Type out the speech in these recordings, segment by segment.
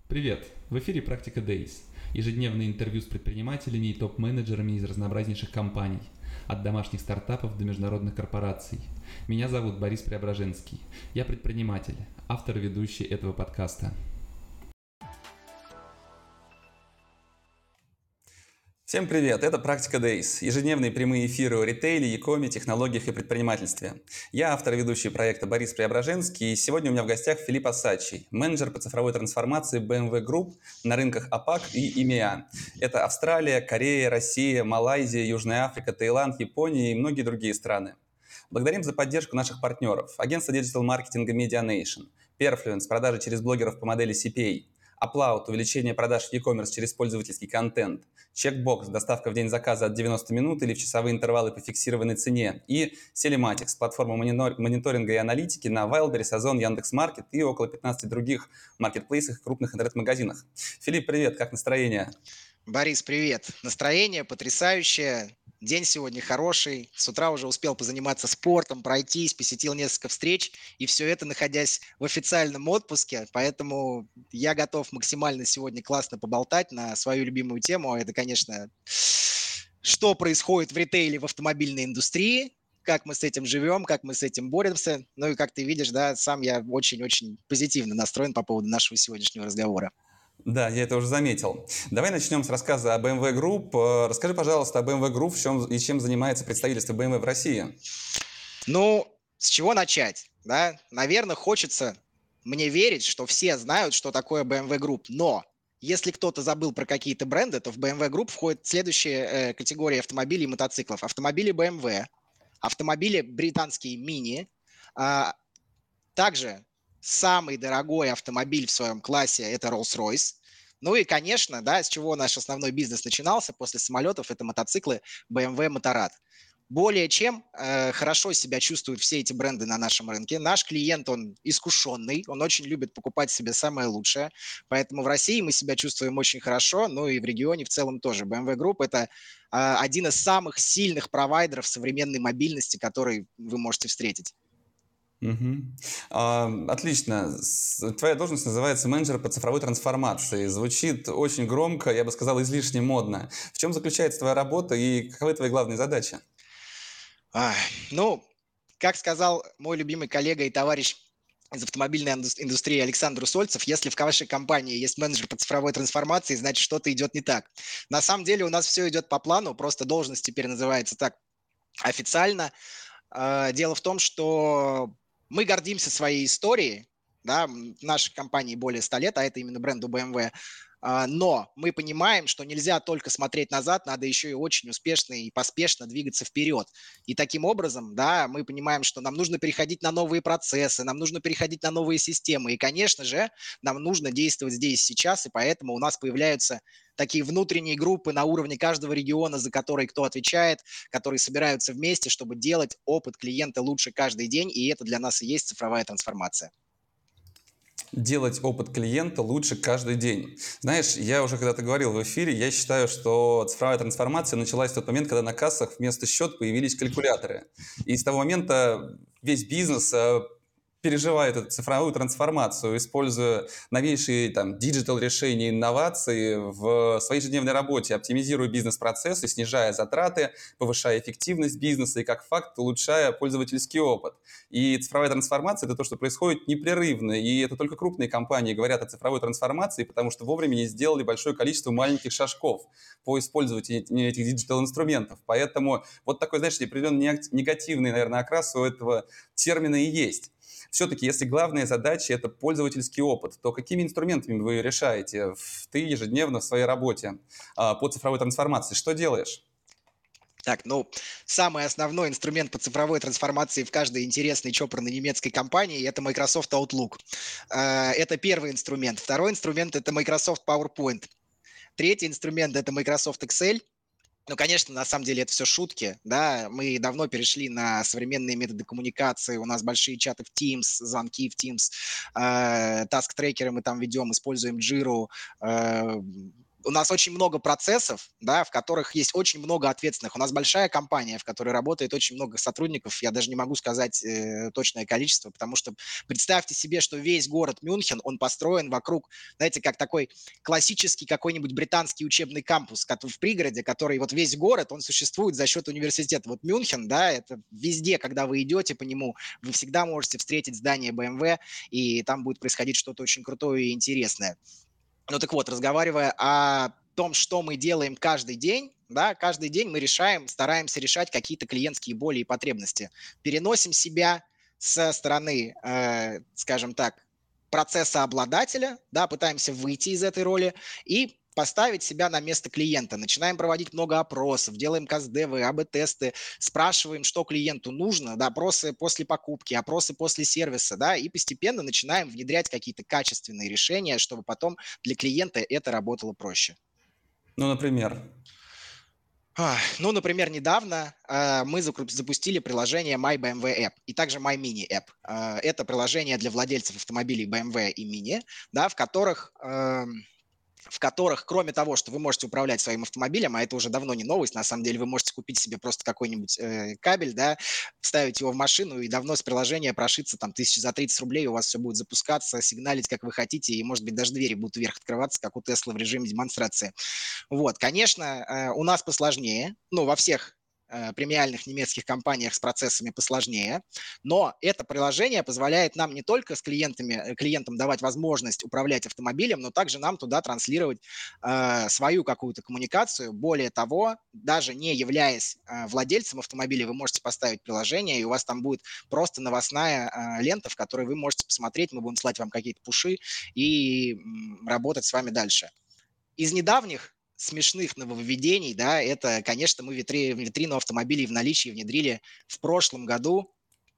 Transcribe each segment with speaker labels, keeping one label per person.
Speaker 1: Привет! В эфире «Практика Days». Ежедневное интервью с предпринимателями и топ-менеджерами из разнообразнейших компаний, от домашних стартапов до международных корпораций. Меня зовут Борис Преображенский. Я предприниматель, автор и ведущий этого подкаста.
Speaker 2: Всем привет! Это «Практика Days» – ежедневные прямые эфиры о ритейле, e-коме, технологиях и предпринимательстве. Я автор и ведущий проекта Борис Преображенский, и сегодня у меня в гостях Филипп Осадчий, менеджер по цифровой трансформации BMW Group на рынках АПАК и EMEA. Это Австралия, Корея, Россия, Малайзия, Южная Африка, Таиланд, Япония и многие другие страны. Благодарим за поддержку наших партнеров: агентство диджитал-маркетинга MediaNation, Perfluence, продажи через блогеров по модели CPA, Upload, увеличение продаж в e-commerce через пользовательский контент, Checkbox, доставка в день заказа от 90 минут или в часовые интервалы по фиксированной цене, и Selematics, платформа мониторинга и аналитики на Wildberries, Озон, Яндекс.Маркет и около 15 других маркетплейсах и крупных интернет-магазинах. Филипп, привет, как настроение?
Speaker 3: Борис, привет. Настроение потрясающее. День сегодня хороший. С утра уже успел позаниматься спортом, пройтись, посетил несколько встреч. И все это, находясь в официальном отпуске. Поэтому я готов максимально сегодня классно поболтать на свою любимую тему. Это, конечно, что происходит в ритейле, в автомобильной индустрии, как мы с этим живем, как мы с этим боремся. Ну и как ты видишь, да, сам я очень-очень позитивно настроен по поводу нашего сегодняшнего разговора.
Speaker 2: Да, я это уже заметил. Давай начнем с рассказа о BMW Group. Расскажи, пожалуйста, о BMW Group, в чем и чем занимается представительство BMW в России.
Speaker 3: Ну, с чего начать, да? Наверное, хочется мне верить, что все знают, что такое BMW Group, но если кто-то забыл про какие-то бренды, то в BMW Group входит следующая категория автомобилей и мотоциклов. Автомобили BMW, автомобили британские Mini, также самый дорогой автомобиль в своем классе – это Rolls-Royce. Ну и, конечно, да, с чего наш основной бизнес начинался после самолетов – это мотоциклы BMW Motorrad. Более чем хорошо себя чувствуют все эти бренды на нашем рынке. Наш клиент, он искушенный, он очень любит покупать себе самое лучшее. Поэтому в России мы себя чувствуем очень хорошо, ну и в регионе в целом тоже. BMW Group – это один из самых сильных провайдеров современной мобильности, который вы можете встретить.
Speaker 2: Отлично. Твоя должность называется менеджер по цифровой трансформации. Звучит очень громко, я бы сказал, излишне модно. В чем заключается твоя работа и каковы твои главные задачи?
Speaker 3: Ну, как сказал мой любимый коллега и товарищ из автомобильной индустрии Александр Усольцев, если в вашей компании есть менеджер по цифровой трансформации, значит, что-то идет не так. На самом деле у нас все идет по плану, просто должность теперь называется так официально. Дело в том, что мы гордимся своей историей, да, нашей компании более 100 лет, а это именно бренду BMW. Но мы понимаем, что нельзя только смотреть назад, надо еще и очень успешно и поспешно двигаться вперед. И таким образом, да, мы понимаем, что нам нужно переходить на новые процессы, нам нужно переходить на новые системы. И, конечно же, нам нужно действовать здесь сейчас, и поэтому у нас появляются такие внутренние группы на уровне каждого региона, за которые кто отвечает, которые собираются вместе, чтобы делать опыт клиента лучше каждый день, и это для нас и есть цифровая трансформация.
Speaker 2: Делать опыт клиента лучше каждый день. Знаешь, я уже когда-то говорил в эфире, я считаю, что цифровая трансформация началась в тот момент, когда на кассах вместо счет появились калькуляторы. И с того момента весь бизнес переживает эту цифровую трансформацию, используя новейшие диджитал-решения, инновации в своей ежедневной работе, оптимизируя бизнес-процессы, снижая затраты, повышая эффективность бизнеса и, как факт, улучшая пользовательский опыт. И цифровая трансформация – это то, что происходит непрерывно, и это только крупные компании говорят о цифровой трансформации, потому что вовремя не сделали большое количество маленьких шажков по использованию этих диджитал-инструментов. Поэтому вот такой, знаешь, определенный негативный, наверное, окрас у этого термина и есть. Все-таки, если главная задача – это пользовательский опыт, то какими инструментами вы решаете ты ежедневно в своей работе по цифровой трансформации? Что делаешь?
Speaker 3: Так, ну, самый основной инструмент по цифровой трансформации в каждой интересной чопорной немецкой компании – это Microsoft Outlook. Это первый инструмент. Второй инструмент – это Microsoft PowerPoint. Третий инструмент – это Microsoft Excel. Ну, конечно, на самом деле это все шутки, да, мы давно перешли на современные методы коммуникации, у нас большие чаты в Teams, звонки в Teams, таск-трекеры мы там ведем, используем Jira, у нас очень много процессов, да, в которых есть очень много ответственных. У нас большая компания, в которой работает очень много сотрудников. Я даже не могу сказать точное количество, потому что представьте себе, что весь город Мюнхен, он построен вокруг, знаете, как такой классический какой-нибудь британский учебный кампус в пригороде, который вот весь город, он существует за счет университета. Вот Мюнхен, да, это везде, когда вы идете по нему, вы всегда можете встретить здание BMW, и там будет происходить что-то очень крутое и интересное. Ну так вот, разговаривая о том, что мы делаем каждый день, да, каждый день мы стараемся решать какие-то клиентские боли и потребности. Переносим себя со стороны, скажем так, процесса обладателя, да, пытаемся выйти из этой роли и поставить себя на место клиента. Начинаем проводить много опросов, делаем каздевы, АБ-тесты, спрашиваем, что клиенту нужно, да, опросы после покупки, опросы после сервиса, да, и постепенно начинаем внедрять какие-то качественные решения, чтобы потом для клиента это работало проще.
Speaker 2: Ну, например?
Speaker 3: Ну, например, недавно мы запустили приложение My BMW App и также My Mini App. Это приложение для владельцев автомобилей BMW и Mini, да, в которых, кроме того, что вы можете управлять своим автомобилем, а это уже давно не новость, на самом деле вы можете купить себе просто какой-нибудь кабель, да, вставить его в машину и давно с приложения прошиться там 30 рублей, у вас все будет запускаться, сигналить, как вы хотите, и, может быть, даже двери будут вверх открываться, как у Tesla в режиме демонстрации. Вот, конечно, у нас посложнее, ну, во всех премиальных немецких компаниях с процессами посложнее, но это приложение позволяет нам не только с клиентам давать возможность управлять автомобилем, но также нам туда транслировать свою какую-то коммуникацию. Более того, даже не являясь владельцем автомобиля, вы можете поставить приложение, и у вас там будет просто новостная лента, в которой вы можете посмотреть, мы будем слать вам какие-то пуши и работать с вами дальше. Из недавних смешных нововведений, да, это, конечно, мы витрину автомобилей в наличии внедрили в прошлом году.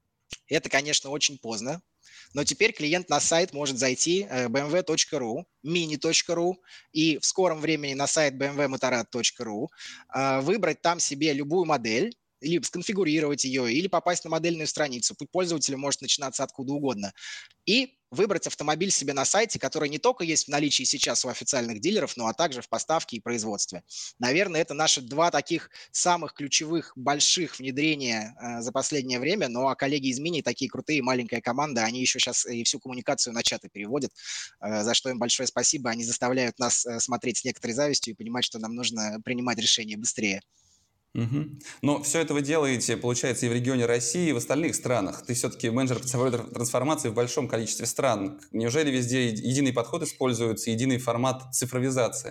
Speaker 3: Это, конечно, очень поздно, но теперь клиент на сайт может зайти bmw.ru, mini.ru и в скором времени на сайт bmwmotorrad.ru, выбрать там себе любую модель, либо сконфигурировать ее, или попасть на модельную страницу. Путь пользователя может начинаться откуда угодно. И выбрать автомобиль себе на сайте, который не только есть в наличии сейчас у официальных дилеров, но а также в поставке и производстве. Наверное, это наши два таких самых ключевых больших внедрения за последнее время. Ну а коллеги из Мини, такие крутые, маленькая команда, они еще сейчас и всю коммуникацию на чаты переводят, за что им большое спасибо. Они заставляют нас смотреть с некоторой завистью и понимать, что нам нужно принимать решения быстрее.
Speaker 2: Угу. Но все это вы делаете, получается, и в регионе России, и в остальных странах. Ты все-таки менеджер по цифровой трансформации в большом количестве стран. Неужели везде единый подход используется, единый формат цифровизации?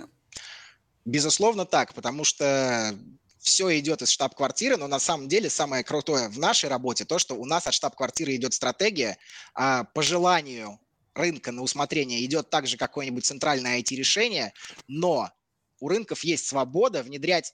Speaker 3: Безусловно так, потому что все идет из штаб-квартиры, но на самом деле самое крутое в нашей работе то, что у нас от штаб-квартиры идет стратегия, а по желанию рынка на усмотрение идет также какое-нибудь центральное IT-решение, но у рынков есть свобода внедрять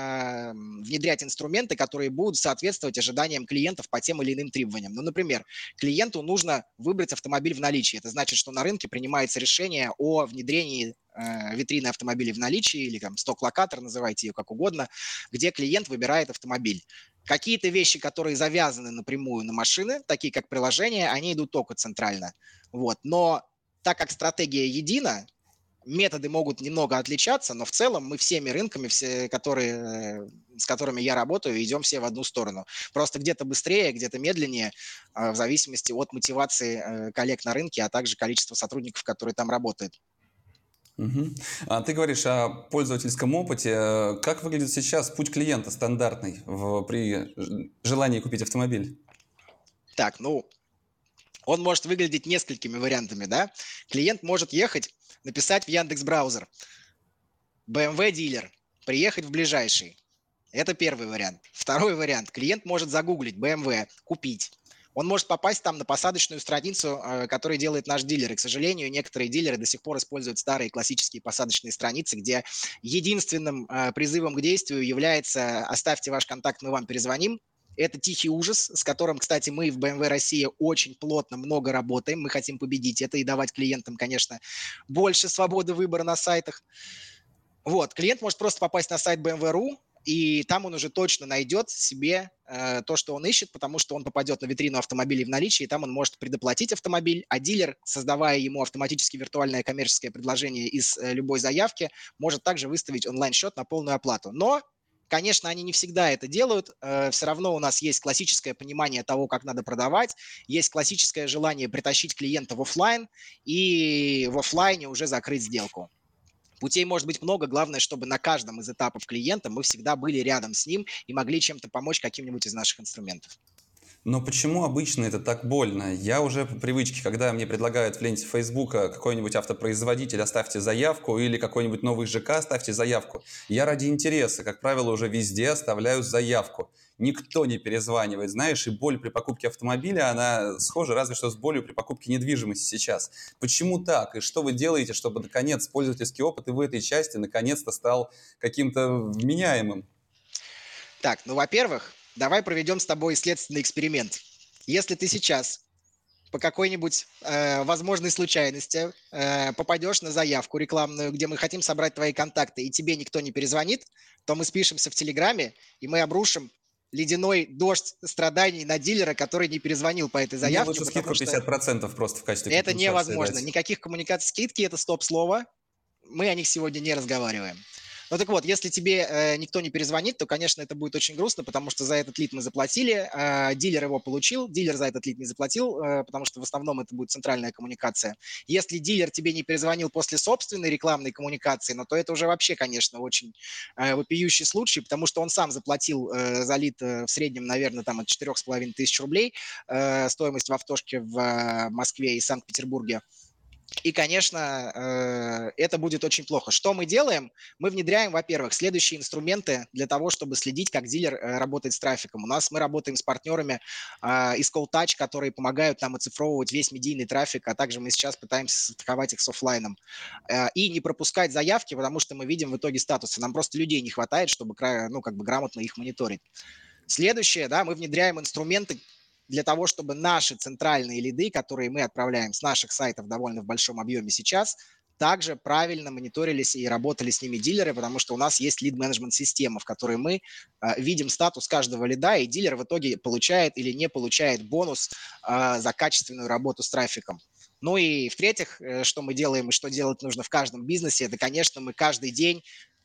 Speaker 3: инструменты, которые будут соответствовать ожиданиям клиентов по тем или иным требованиям. Ну, например, клиенту нужно выбрать автомобиль в наличии. Это значит, что на рынке принимается решение о внедрении витрины автомобилей в наличии или там сток-локатор, называйте ее как угодно, где клиент выбирает автомобиль. Какие-то вещи, которые завязаны напрямую на машины, такие как приложения, они идут только центрально. Вот. Но так как стратегия едина, методы могут немного отличаться, но в целом мы всеми рынками, с которыми я работаю, идем все в одну сторону. Просто где-то быстрее, где-то медленнее, в зависимости от мотивации коллег на рынке, а также количества сотрудников, которые там работают.
Speaker 2: Угу. Ты говоришь о пользовательском опыте. Как выглядит сейчас путь клиента стандартный при желании купить автомобиль?
Speaker 3: Так, он может выглядеть несколькими вариантами, да? Клиент может ехать, написать в Яндекс.Браузер BMW дилер, приехать в ближайший. Это первый вариант. Второй вариант. Клиент может загуглить BMW, купить. Он может попасть там на посадочную страницу, которую делает наш дилер. И, к сожалению, некоторые дилеры до сих пор используют старые классические посадочные страницы, где единственным призывом к действию является «оставьте ваш контакт, мы вам перезвоним». Это тихий ужас, с которым, кстати, мы в BMW Россия очень плотно, много работаем. Мы хотим победить это и давать клиентам, конечно, больше свободы выбора на сайтах. Вот, клиент может просто попасть на сайт BMW.ru, и там он уже точно найдет себе то, что он ищет, потому что он попадет на витрину автомобилей в наличии, и там он может предоплатить автомобиль, а дилер, создавая ему автоматически виртуальное коммерческое предложение из любой заявки, может также выставить онлайн-счет на полную оплату. Но конечно, они не всегда это делают. Все равно у нас есть классическое понимание того, как надо продавать, есть классическое желание притащить клиента в офлайн и в офлайне уже закрыть сделку. Путей может быть много, главное, чтобы на каждом из этапов клиента мы всегда были рядом с ним и могли чем-то помочь каким-нибудь из наших инструментов.
Speaker 2: Но почему обычно это так больно? Я уже по привычке, когда мне предлагают в ленте Фейсбука какой-нибудь автопроизводитель, оставьте заявку, или какой-нибудь новый ЖК, оставьте заявку. Я ради интереса, как правило, уже везде оставляю заявку. Никто не перезванивает, знаешь, и боль при покупке автомобиля, она схожа разве что с болью при покупке недвижимости сейчас. Почему так? И что вы делаете, чтобы, наконец, пользовательский опыт и в этой части наконец-то стал каким-то вменяемым?
Speaker 3: Так, ну, во-первых, давай проведем с тобой следственный эксперимент. Если ты сейчас по какой-нибудь возможной случайности попадешь на заявку рекламную, где мы хотим собрать твои контакты, и тебе никто не перезвонит, то мы спишемся в Телеграме, и мы обрушим ледяной дождь страданий на дилера, который не перезвонил по этой
Speaker 2: Мне
Speaker 3: заявке,
Speaker 2: лучше
Speaker 3: потому
Speaker 2: скидку
Speaker 3: что
Speaker 2: 50% просто в качестве
Speaker 3: это
Speaker 2: компенсации
Speaker 3: невозможно.
Speaker 2: дать.
Speaker 3: Никаких коммуникаций, скидки – это стоп-слово. Мы о них сегодня не разговариваем. Ну так вот, если тебе никто не перезвонит, то, конечно, это будет очень грустно, потому что за этот лид мы заплатили, дилер его получил, дилер за этот лид не заплатил, потому что в основном это будет центральная коммуникация. Если дилер тебе не перезвонил после собственной рекламной коммуникации, то это уже вообще, конечно, очень вопиющий случай, потому что он сам заплатил за лид в среднем, наверное, там от 4500 рублей, стоимость в автошке в Москве и Санкт-Петербурге. И, конечно, это будет очень плохо. Что мы делаем? Мы внедряем, во-первых, следующие инструменты для того, чтобы следить, как дилер работает с трафиком. Мы работаем с партнерами из CallTouch, которые помогают нам оцифровывать весь медийный трафик, а также мы сейчас пытаемся страховать их с офлайном. И не пропускать заявки, потому что мы видим в итоге статусы. Нам просто людей не хватает, чтобы грамотно их мониторить. Следующее, да, мы внедряем инструменты для того, чтобы наши центральные лиды, которые мы отправляем с наших сайтов довольно в большом объеме сейчас, также правильно мониторились и работали с ними дилеры, потому что у нас есть лид-менеджмент-система, в которой мы видим статус каждого лида, и дилер в итоге получает или не получает бонус за качественную работу с трафиком. Ну и в-третьих, что мы делаем и что делать нужно в каждом бизнесе, это, конечно, мы каждый день,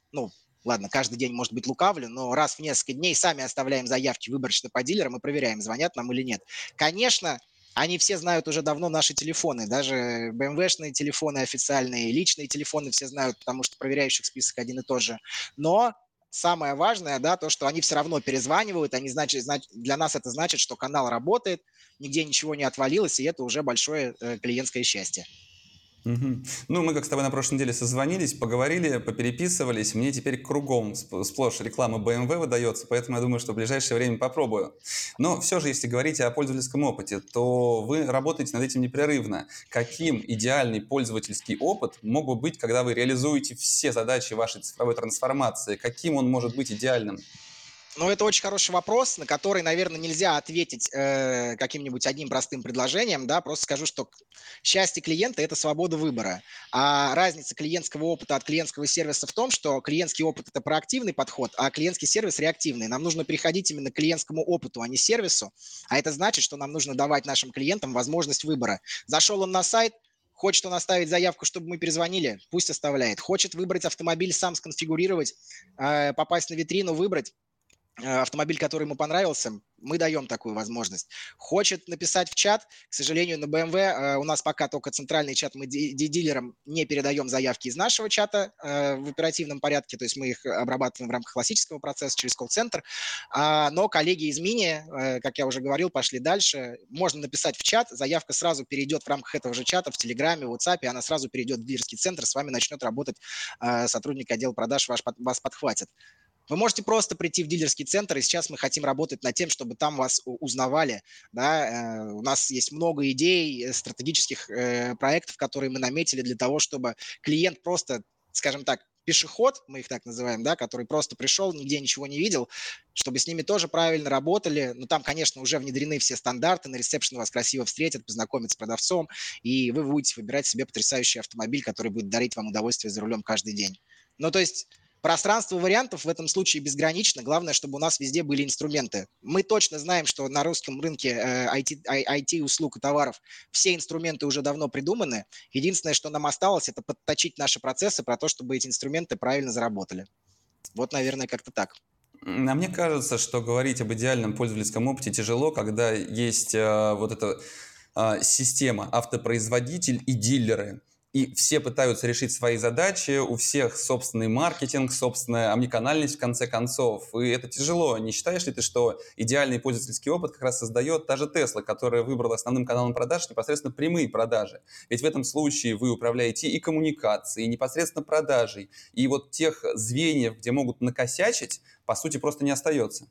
Speaker 3: ладно, каждый день, может быть, лукавлю, но раз в несколько дней сами оставляем заявки выборочно по дилерам и проверяем, звонят нам или нет. Конечно, они все знают уже давно наши телефоны, даже BMW-шные телефоны официальные, личные телефоны все знают, потому что проверяющих список один и тот же. Но самое важное, да, то, что они все равно перезванивают, для нас это значит, что канал работает, нигде ничего не отвалилось, и это уже большое клиентское счастье.
Speaker 2: Мгм. Ну, мы как с тобой на прошлой неделе созвонились, поговорили, попереписывались. Мне теперь кругом сплошь реклама BMW выдается, поэтому я думаю, что в ближайшее время попробую. Но все же, если говорить о пользовательском опыте, то вы работаете над этим непрерывно. Каким идеальный пользовательский опыт мог бы быть, когда вы реализуете все задачи вашей цифровой трансформации? Каким он может быть идеальным?
Speaker 3: Ну, это очень хороший вопрос, на который, наверное, нельзя ответить каким-нибудь одним простым предложением, да, просто скажу, что счастье клиента – это свобода выбора, а разница клиентского опыта от клиентского сервиса в том, что клиентский опыт – это проактивный подход, а клиентский сервис – реактивный. Нам нужно переходить именно к клиентскому опыту, а не сервису, а это значит, что нам нужно давать нашим клиентам возможность выбора. Зашел он на сайт, хочет он оставить заявку, чтобы мы перезвонили, пусть оставляет. Хочет выбрать автомобиль, сам сконфигурировать, попасть на витрину, выбрать автомобиль, который ему понравился, мы даем такую возможность. Хочет написать в чат, к сожалению, на BMW у нас пока только центральный чат, мы дилерам не передаем заявки из нашего чата в оперативном порядке, то есть мы их обрабатываем в рамках классического процесса через колл-центр, но коллеги из Мини, как я уже говорил, пошли дальше. Можно написать в чат, заявка сразу перейдет в рамках этого же чата в Телеграме, в WhatsApp, и она сразу перейдет в дилерский центр, с вами начнет работать сотрудник отдела продаж, вас подхватит. Вы можете просто прийти в дилерский центр, и сейчас мы хотим работать над тем, чтобы там вас узнавали. Да? У нас есть много идей, стратегических проектов, которые мы наметили для того, чтобы клиент просто, скажем так, пешеход, мы их так называем, да, который просто пришел, нигде ничего не видел, чтобы с ними тоже правильно работали. Но там, конечно, уже внедрены все стандарты, на ресепшн вас красиво встретят, познакомят с продавцом, и вы будете выбирать себе потрясающий автомобиль, который будет дарить вам удовольствие за рулем каждый день. Ну, то есть Пространство вариантов в этом случае безгранично. Главное, чтобы у нас везде были инструменты. Мы точно знаем, что на русском рынке IT-услуг и товаров все инструменты уже давно придуманы. Единственное, что нам осталось, это подточить наши процессы про то, чтобы эти инструменты правильно заработали. Вот, наверное, как-то так.
Speaker 2: А мне кажется, что говорить об идеальном пользовательском опыте тяжело, когда есть вот эта система автопроизводитель и дилеры. И все пытаются решить свои задачи, у всех собственный маркетинг, собственная омниканальность в конце концов. И это тяжело. Не считаешь ли ты, что идеальный пользовательский опыт как раз создает та же Tesla, которая выбрала основным каналом продаж непосредственно прямые продажи? Ведь в этом случае вы управляете и коммуникацией, и непосредственно продажей. И вот тех звеньев, где могут накосячить, по сути, просто не остается.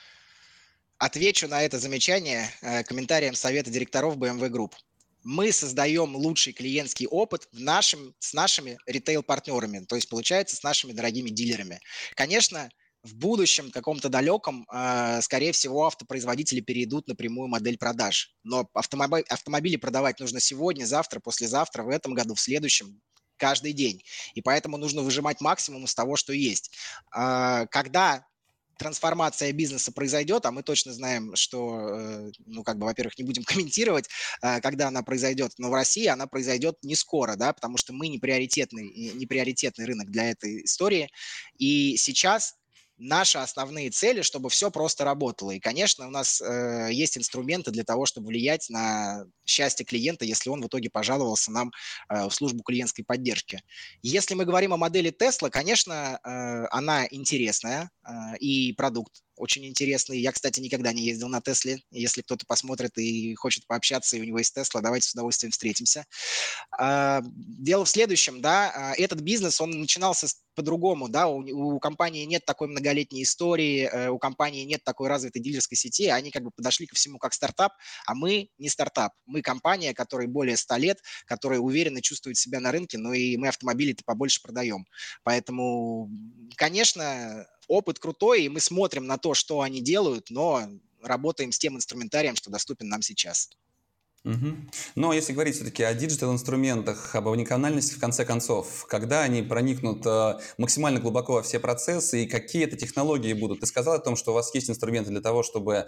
Speaker 3: Отвечу на это замечание комментарием совета директоров BMW Group. Мы создаем лучший клиентский опыт с нашими ритейл-партнерами, то есть, получается, с нашими дорогими дилерами. Конечно, в будущем, каком-то далеком, скорее всего, автопроизводители перейдут на прямую модель продаж. Но автомобили продавать нужно сегодня, завтра, послезавтра, в этом году, в следующем, каждый день. И поэтому нужно выжимать максимум из того, что есть. Когда трансформация бизнеса произойдет, а мы точно знаем, что, во-первых, не будем комментировать, когда она произойдет, но в России она произойдет не скоро, да, потому что мы не приоритетный рынок для этой истории. И сейчас наши основные цели, чтобы все просто работало. И, конечно, у нас есть инструменты для того, чтобы влиять на счастье клиента, если он в итоге пожаловался нам в службу клиентской поддержки. Если мы говорим о модели Tesla, конечно, она интересная, и продукт очень интересный. Я, кстати, никогда не ездил на Тесле. Если кто-то посмотрит и хочет пообщаться, и у него есть Тесла, давайте с удовольствием встретимся. Дело в следующем, да, этот бизнес, он начинался по-другому, да, у компании нет такой многолетней истории, у компании нет такой развитой дилерской сети, они как бы подошли ко всему как стартап, а мы не стартап, мы компания, которой более 100 лет, которая уверенно чувствует себя на рынке, но и мы автомобили-то побольше продаем. Поэтому, конечно, опыт крутой, и мы смотрим на то, что они делают, но работаем с тем инструментарием, что доступен нам сейчас.
Speaker 2: Угу. Но если говорить все-таки о диджитал-инструментах, об омниканальности, в конце концов, когда они проникнут максимально глубоко во все процессы и какие это технологии будут? Ты сказал о том, что у вас есть инструменты для того, чтобы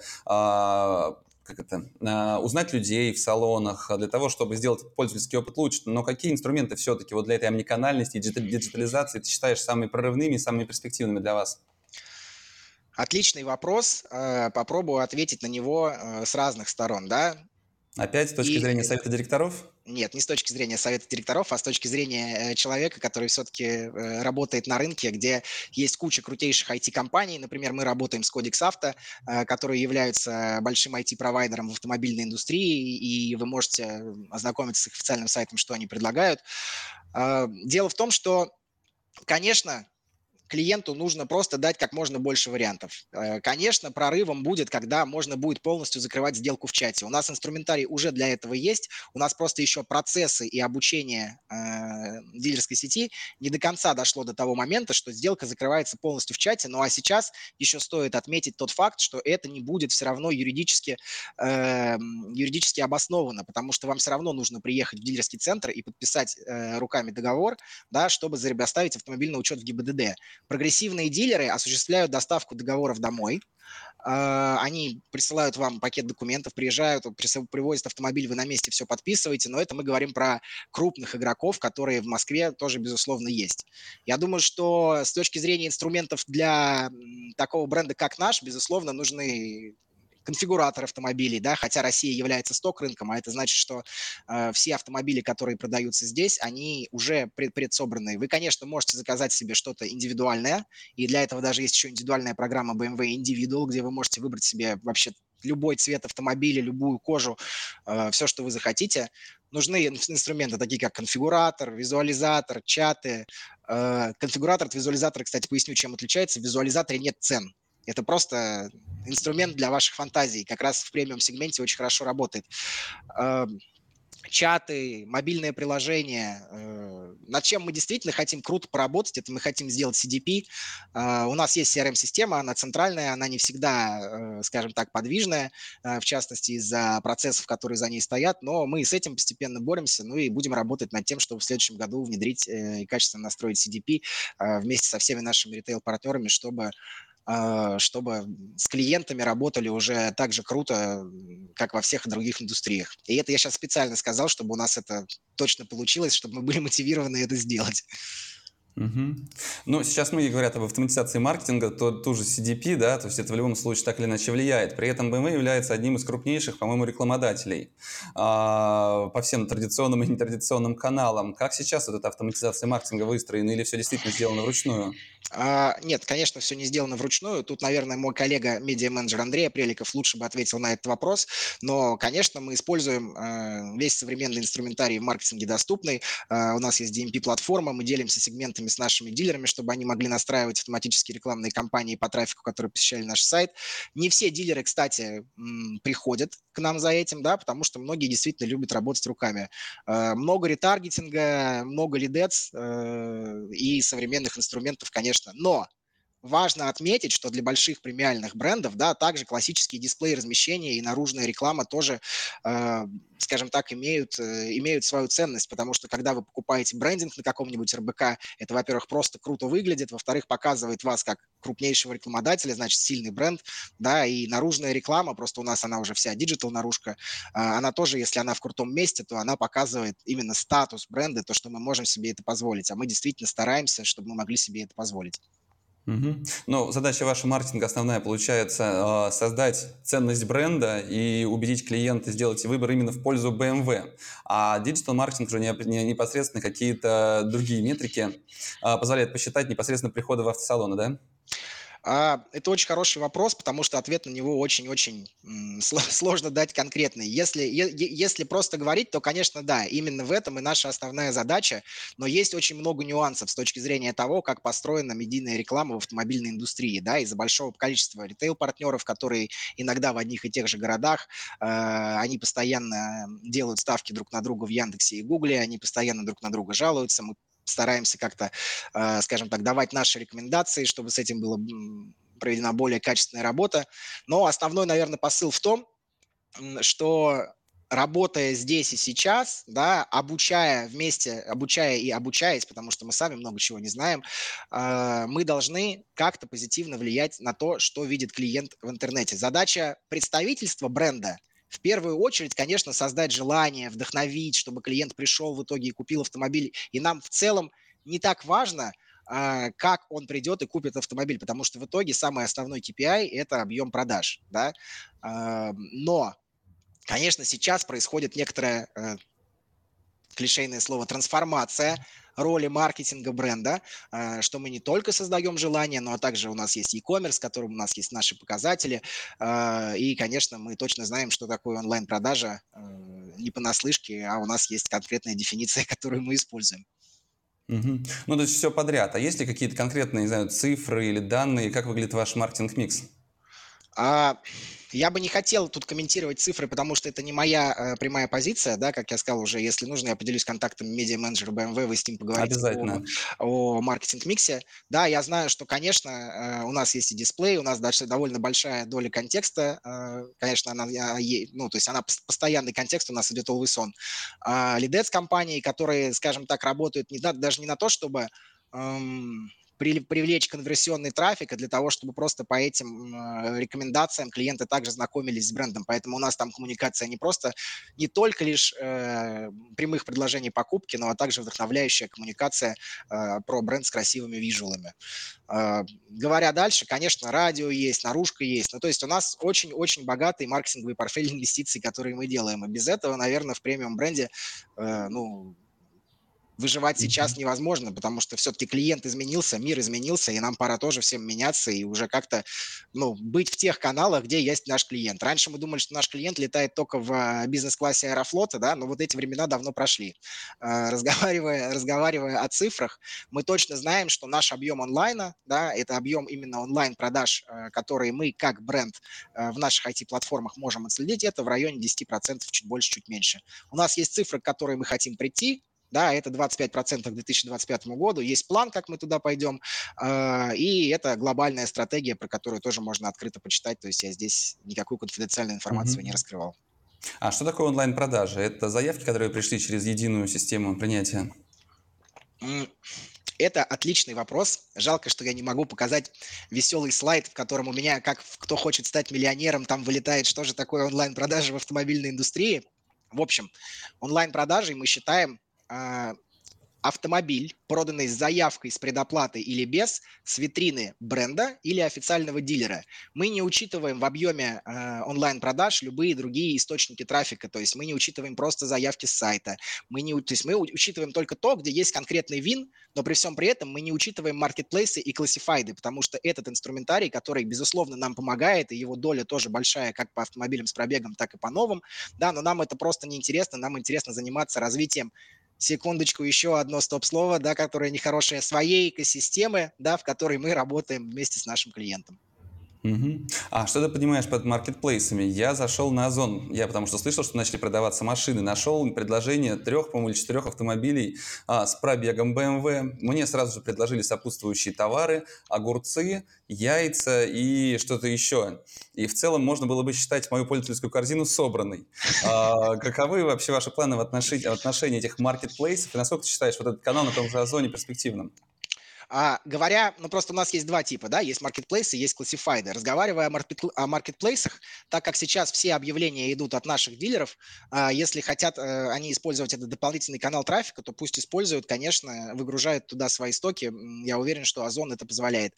Speaker 2: узнать людей в салонах, для того, чтобы сделать пользовательский опыт лучше. Но какие инструменты все-таки вот для этой омниканальности и диджитализации ты считаешь самыми прорывными, самыми перспективными для вас?
Speaker 3: Отличный вопрос. Попробую ответить на него с разных сторон, да.
Speaker 2: Опять с точки зрения совета директоров?
Speaker 3: Нет, не с точки зрения совета директоров, а с точки зрения человека, который все-таки работает на рынке, где есть куча крутейших IT-компаний. Например, мы работаем с Codex Auto, которые являются большим IT-провайдером в автомобильной индустрии, и вы можете ознакомиться с их официальным сайтом, что они предлагают. Дело в том, что, конечно, клиенту нужно просто дать как можно больше вариантов. Конечно, прорывом будет, когда можно будет полностью закрывать сделку в чате. У нас инструментарий уже для этого есть, у нас просто еще процессы и обучение дилерской сети не до конца дошло до того момента, что сделка закрывается полностью в чате. Ну а сейчас еще стоит отметить тот факт, что это не будет все равно юридически обосновано, потому что вам все равно нужно приехать в дилерский центр и подписать руками договор, да, чтобы предоставить автомобильный учет в ГИБДД. Прогрессивные дилеры осуществляют доставку договоров домой. Они присылают вам пакет документов, приезжают, привозят автомобиль, вы на месте все подписываете, но это мы говорим про крупных игроков, которые в Москве тоже, безусловно, есть. Я думаю, что с точки зрения инструментов для такого бренда, как наш, безусловно, нужны конфигуратор автомобилей, да, хотя Россия является сток-рынком, а это значит, что все автомобили, которые продаются здесь, они уже предсобранные. Вы, конечно, можете заказать себе что-то индивидуальное, и для этого даже есть еще индивидуальная программа BMW Individual, где вы можете выбрать себе вообще любой цвет автомобиля, любую кожу, все, что вы захотите. Нужны инструменты, такие как конфигуратор, визуализатор, чаты. Конфигуратор от визуализатора, кстати, поясню, чем отличается. В визуализаторе нет цен. Это просто инструмент для ваших фантазий. Как раз в премиум-сегменте очень хорошо работает. чаты, мобильное приложение. Над чем мы действительно хотим круто поработать, это мы хотим сделать CDP. У нас есть CRM-система, она центральная, она не всегда, скажем так, подвижная, в частности, из-за процессов, которые за ней стоят, но мы с этим постепенно боремся, ну и будем работать над тем, чтобы в следующем году внедрить и качественно настроить CDP вместе со всеми нашими ритейл-партнерами, чтобы с клиентами работали уже так же круто, как во всех других индустриях. И это я сейчас специально сказал, чтобы у нас это точно получилось, чтобы мы были мотивированы это сделать.
Speaker 2: Мгм. Ну, сейчас многие говорят об автоматизации маркетинга, то ту же CDP, да, то есть это в любом случае так или иначе влияет. При этом BMW является одним из крупнейших, по-моему, рекламодателей по всем традиционным и нетрадиционным каналам. Как сейчас вот эта автоматизация маркетинга выстроена или все действительно сделано вручную?
Speaker 3: Нет, конечно, все не сделано вручную. Тут, наверное, мой коллега, медиа-менеджер Андрей Апреликов, лучше бы ответил на этот вопрос. Но, конечно, мы используем весь современный инструментарий в маркетинге доступный. У нас есть DMP-платформа, мы делимся сегментами с нашими дилерами, чтобы они могли настраивать автоматические рекламные кампании по трафику, которые посещали наш сайт. Не все дилеры, кстати, приходят к нам за этим, да, потому что многие действительно любят работать руками. Много ретаргетинга, много лидец и современных инструментов, конечно. Но важно отметить, что для больших премиальных брендов, да, также классические дисплеи размещения и наружная реклама тоже, скажем так, имеют свою ценность, потому что когда вы покупаете брендинг на каком-нибудь РБК, это, во-первых, просто круто выглядит, во-вторых, показывает вас как крупнейшего рекламодателя, значит, сильный бренд, да, и наружная реклама, просто у нас она уже вся диджитал наружка, она тоже, если она в крутом месте, то она показывает именно статус бренда, то, что мы можем себе это позволить, а мы действительно стараемся, чтобы мы могли себе это позволить.
Speaker 2: Мгм. Но задача вашего маркетинга основная получается создать ценность бренда и убедить клиента сделать выбор именно в пользу BMW. А диджитал-маркетинг уже непосредственно какие-то другие метрики позволяет посчитать непосредственно приходы в автосалоны, да?
Speaker 3: Это очень хороший вопрос, потому что ответ на него очень-очень сложно дать конкретный. Если просто говорить, то, конечно, да, именно в этом и наша основная задача, но есть очень много нюансов с точки зрения того, как построена медийная реклама в автомобильной индустрии, да, из-за большого количества ритейл-партнеров, которые иногда в одних и тех же городах, они постоянно делают ставки друг на друга в Яндексе и Гугле, они постоянно друг на друга жалуются, мы стараемся как-то, скажем так, давать наши рекомендации, чтобы с этим была проведена более качественная работа. Но основной, наверное, посыл в том, что работая здесь и сейчас, да, обучая и обучаясь, потому что мы сами много чего не знаем, мы должны как-то позитивно влиять на то, что видит клиент в интернете. Задача представительства бренда в первую очередь, конечно, создать желание, вдохновить, чтобы клиент пришел в итоге и купил автомобиль. И нам в целом не так важно, как он придет и купит автомобиль, потому что в итоге самый основной KPI – это объем продаж. Да? Но, конечно, сейчас происходит некоторая клишейное слово трансформация роли маркетинга бренда, что мы не только создаем желание, но также у нас есть e-commerce, в котором у нас есть наши показатели, и, конечно, мы точно знаем, что такое онлайн-продажа не понаслышке, а у нас есть конкретная дефиниция, которую мы используем.
Speaker 2: Мгм. Ну, то есть все подряд. А есть ли какие-то конкретные, не знаю, цифры или данные, как выглядит ваш маркетинг-микс?
Speaker 3: А, я бы не хотел тут комментировать цифры, потому что это не моя прямая позиция, да, как я сказал уже, если нужно, я поделюсь контактами медиа-менеджера BMW, вы с ним поговорите
Speaker 2: Обязательно.
Speaker 3: о маркетинг-миксе. Да, я знаю, что, конечно, у нас есть и дисплей, у нас даже довольно большая доля контекста, конечно, ну, то есть она постоянный контекст у нас идет always on. Лидец компании, которые, скажем так, работают даже не на то, чтобы привлечь конверсионный трафик, и для того, чтобы просто по этим рекомендациям клиенты также знакомились с брендом. Поэтому у нас там коммуникация не только лишь прямых предложений покупки, но также вдохновляющая коммуникация про бренд с красивыми визуалами. Говоря дальше, конечно, радио есть, наружка есть. Ну, то есть у нас очень-очень богатый маркетинговый портфель инвестиций, которые мы делаем. И без этого, наверное, в премиум бренде, ну, выживать сейчас
Speaker 2: Мгм.
Speaker 3: невозможно, потому что все-таки клиент изменился, мир изменился, и нам пора тоже всем меняться и уже как-то, ну, быть в тех каналах, где есть наш клиент. Раньше мы думали, что наш клиент летает только в бизнес-классе Аэрофлота, да, но вот эти времена давно прошли. Разговаривая о цифрах, мы точно знаем, что наш объем онлайна, да, это объем именно онлайн-продаж, которые мы как бренд в наших IT-платформах можем отследить, это в районе 10%, чуть больше, чуть меньше. У нас есть цифры, к которой мы хотим прийти, да, это 25% к 2025 году. Есть план, как мы туда пойдем, и это глобальная стратегия, про которую тоже можно открыто почитать. То есть я здесь никакую конфиденциальную информацию не
Speaker 2: Мгм.
Speaker 3: раскрывал.
Speaker 2: А что такое онлайн-продажи? Это заявки, которые пришли через единую систему принятия?
Speaker 3: М, Это отличный вопрос. Жалко, что я не могу показать веселый слайд, в котором у меня, как кто хочет стать миллионером, там вылетает, что же такое онлайн-продажи в автомобильной индустрии. В общем, онлайн-продажей мы считаем а, автомобиль, проданный с заявкой, с предоплатой или без, с витрины бренда или официального дилера. Мы не учитываем в объеме онлайн-продаж любые другие источники трафика, то есть мы не учитываем просто заявки с сайта, то есть мы учитываем только то, где есть конкретный вин, но при всем при этом мы не учитываем маркетплейсы и классифайды, потому что этот инструментарий, который, безусловно, нам помогает, и его доля тоже большая как по автомобилям с пробегом, так и по новым, да, но нам это просто неинтересно, нам интересно заниматься развитием, секундочку, еще одно стоп-слово, да, которое нехорошее, своей экосистемы, да, в которой мы работаем вместе с нашим клиентом.
Speaker 2: Мгм. А что ты понимаешь под маркетплейсами? Я зашел на Озон, я потому что слышал, что начали продаваться машины, нашел предложение 3, по-моему, или 4 автомобилей с пробегом BMW. Мне сразу же предложили сопутствующие товары, огурцы, яйца и что-то еще. И в целом можно было бы считать мою пользовательскую корзину собранной. Каковы вообще ваши планы в отношении этих маркетплейсов? И насколько ты считаешь вот этот канал на том же Озоне перспективным?
Speaker 3: Ну просто у нас есть два типа, да, есть маркетплейсы, есть классифайды. Разговаривая о маркетплейсах, так как сейчас все объявления идут от наших дилеров, если хотят они использовать этот дополнительный канал трафика, то пусть используют, конечно, выгружают туда свои стоки. Я уверен, что Озон это позволяет.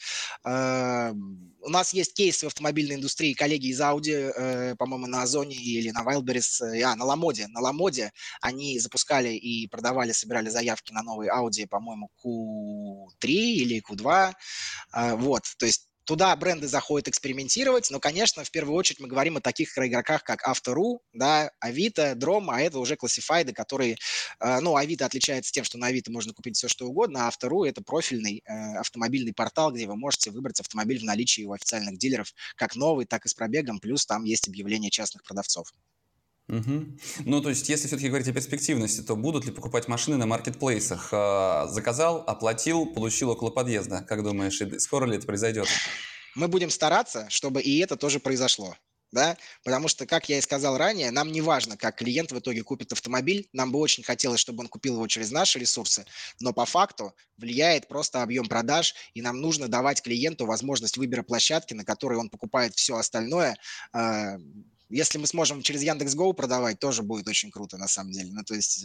Speaker 3: У нас есть кейсы в автомобильной индустрии, коллеги из Audi, по-моему, на Озоне или на Wildberries, на Ламоде. На Ламоде они запускали и продавали, собирали заявки на новые Audi, по-моему, Q3 или Q2. Вот, то есть туда бренды заходят экспериментировать, но, конечно, в первую очередь мы говорим о таких игроках, как Авто.ру, да, Авито, Дром, а это уже классифайды, которые, ну, Авито отличается тем, что на Авито можно купить все, что угодно, а Авто.ру – это профильный автомобильный портал, где вы можете выбрать автомобиль в наличии у официальных дилеров, как новый, так и с пробегом, плюс там есть объявления частных продавцов.
Speaker 2: Мгм. Ну, то есть, если все-таки говорить о перспективности, то будут ли покупать машины на маркетплейсах? Заказал, оплатил, получил около подъезда. Как думаешь, и скоро ли это произойдет?
Speaker 3: Мы будем стараться, чтобы и это тоже произошло. Да? Потому что, как я и сказал ранее, нам не важно, как клиент в итоге купит автомобиль, нам бы очень хотелось, чтобы он купил его через наши ресурсы, но по факту влияет просто объем продаж, и нам нужно давать клиенту возможность выбора площадки, на которой он покупает все остальное. А, Если мы сможем через Яндекс.Гоу продавать, тоже будет очень круто, на самом деле. Ну, то есть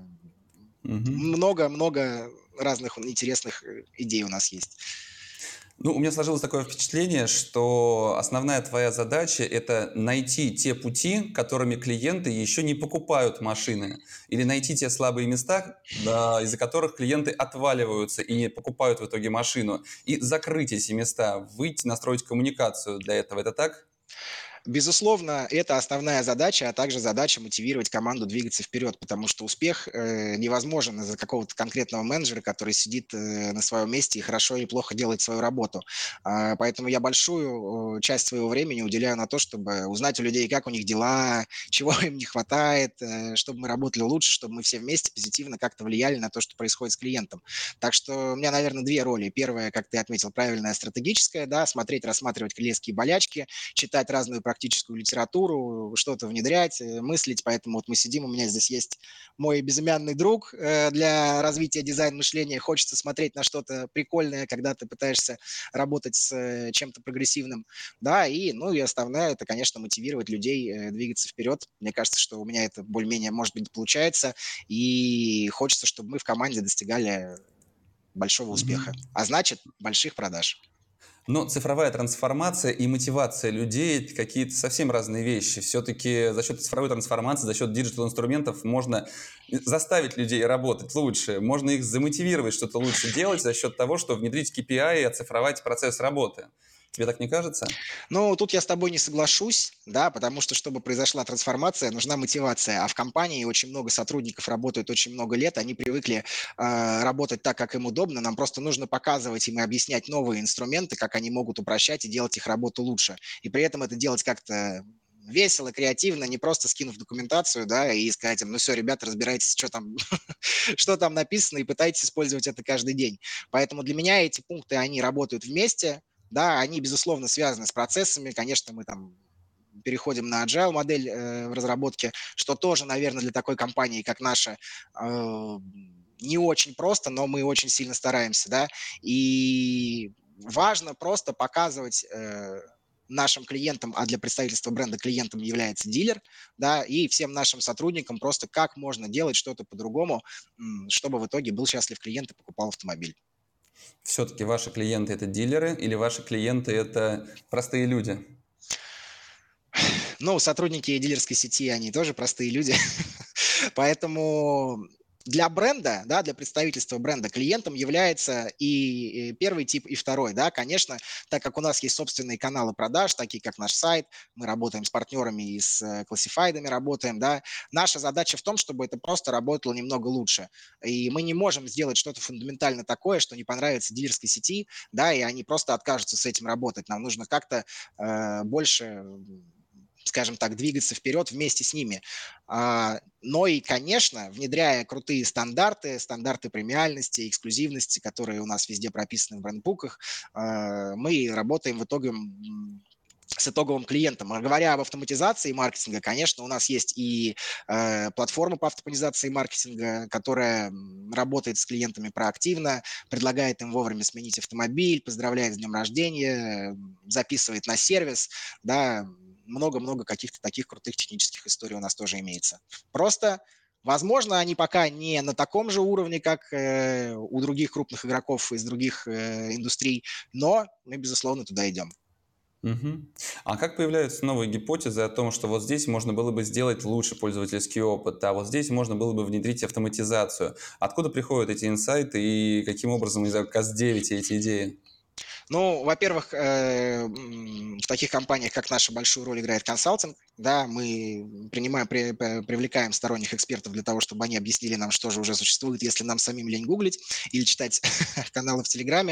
Speaker 2: Мгм.
Speaker 3: много-много разных интересных идей у нас есть.
Speaker 2: Ну, у меня сложилось такое впечатление, что основная твоя задача – это найти те пути, которыми клиенты еще не покупают машины, или найти те слабые места, да, из-за которых клиенты отваливаются и не покупают в итоге машину, и закрыть эти места, выйти, настроить коммуникацию для этого. Это так?
Speaker 3: Безусловно, это основная задача, а также задача мотивировать команду двигаться вперед, потому что успех невозможен из-за какого-то конкретного менеджера, который сидит на своем месте и хорошо или плохо делает свою работу. Поэтому я большую часть своего времени уделяю на то, чтобы узнать у людей, как у них дела, чего им не хватает, чтобы мы работали лучше, чтобы мы все вместе позитивно как-то влияли на то, что происходит с клиентом. Так что у меня, наверное, две роли. Первая, как ты отметил, правильная стратегическая, да, смотреть, рассматривать клиентские болячки, читать разную практическую литературу, что-то внедрять, мыслить. Поэтому вот мы сидим, у меня здесь есть мой безымянный друг для развития дизайн-мышления. Хочется смотреть на что-то прикольное, когда ты пытаешься работать с чем-то прогрессивным. Да, и, ну, и основное, это, конечно, мотивировать людей двигаться вперед. Мне кажется, что у меня это более-менее, может быть, получается. И хочется, чтобы мы в команде достигали большого успеха.
Speaker 2: Мгм.
Speaker 3: А значит, больших продаж.
Speaker 2: Но цифровая трансформация и мотивация людей – это какие-то совсем разные вещи. Все-таки за счет цифровой трансформации, за счет диджитал-инструментов можно заставить людей работать лучше, можно их замотивировать что-то лучше делать за счет того, что внедрить KPI и оцифровать процесс работы. Тебе так не кажется?
Speaker 3: Ну, тут я с тобой не соглашусь, да, потому что, чтобы произошла трансформация, нужна мотивация. А в компании очень много сотрудников работают очень много лет, они привыкли работать так, как им удобно. Нам просто нужно показывать им и объяснять новые инструменты, как они могут упрощать и делать их работу лучше. И при этом это делать как-то весело, креативно, не просто скинув документацию, да, и сказать им, ну все, ребята, разбирайтесь, что там, что там написано, и пытайтесь использовать это каждый день. Поэтому для меня эти пункты, они работают вместе, да, они, безусловно, связаны с процессами. Конечно, мы там переходим на agile модель в разработке, что тоже, наверное, для такой компании, как наша, не очень просто, но мы очень сильно стараемся, да. И важно просто показывать нашим клиентам, а для представительства бренда клиентом является дилер, да, и всем нашим сотрудникам просто как можно делать что-то по-другому, чтобы в итоге был счастлив клиент и покупал автомобиль.
Speaker 2: Все-таки ваши клиенты – это дилеры или ваши клиенты – это простые люди?
Speaker 3: Ну, сотрудники дилерской сети, они тоже простые люди. Поэтому для бренда, да, для представительства бренда клиентом является и первый тип, и второй. Да, конечно, так как у нас есть собственные каналы продаж, такие как наш сайт, мы работаем с партнерами и с классифайдами работаем, да, наша задача в том, чтобы это просто работало немного лучше. И мы не можем сделать что-то фундаментально такое, что не понравится дилерской сети, да, и они просто откажутся с этим работать. Нам нужно как-то больше, скажем так, двигаться вперед вместе с ними. Но и, конечно, внедряя крутые стандарты, стандарты премиальности, эксклюзивности, которые у нас везде прописаны в брендбуках, мы работаем в итоге с итоговым клиентом. А говоря об автоматизации маркетинга, конечно, у нас есть и платформа по автоматизации маркетинга, которая работает с клиентами проактивно, предлагает им вовремя сменить автомобиль, поздравляет с днем рождения, записывает на сервис, да, много-много каких-то таких крутых технических историй у нас тоже имеется. Просто, возможно, они пока не на таком же уровне, как у других крупных игроков из других индустрий, но мы, безусловно, туда идем.
Speaker 2: Мгм. А как появляются новые гипотезы о том, что вот здесь можно было бы сделать лучше пользовательский опыт, а вот здесь можно было бы внедрить автоматизацию? Откуда приходят эти инсайты и каким образом из КАЗ-9 эти идеи?
Speaker 3: Ну, во-первых, в таких компаниях, как наша, большую роль играет консалтинг. Да, мы привлекаем сторонних экспертов для того, чтобы они объяснили нам, что же уже существует, если нам самим лень гуглить или читать каналы в Телеграме.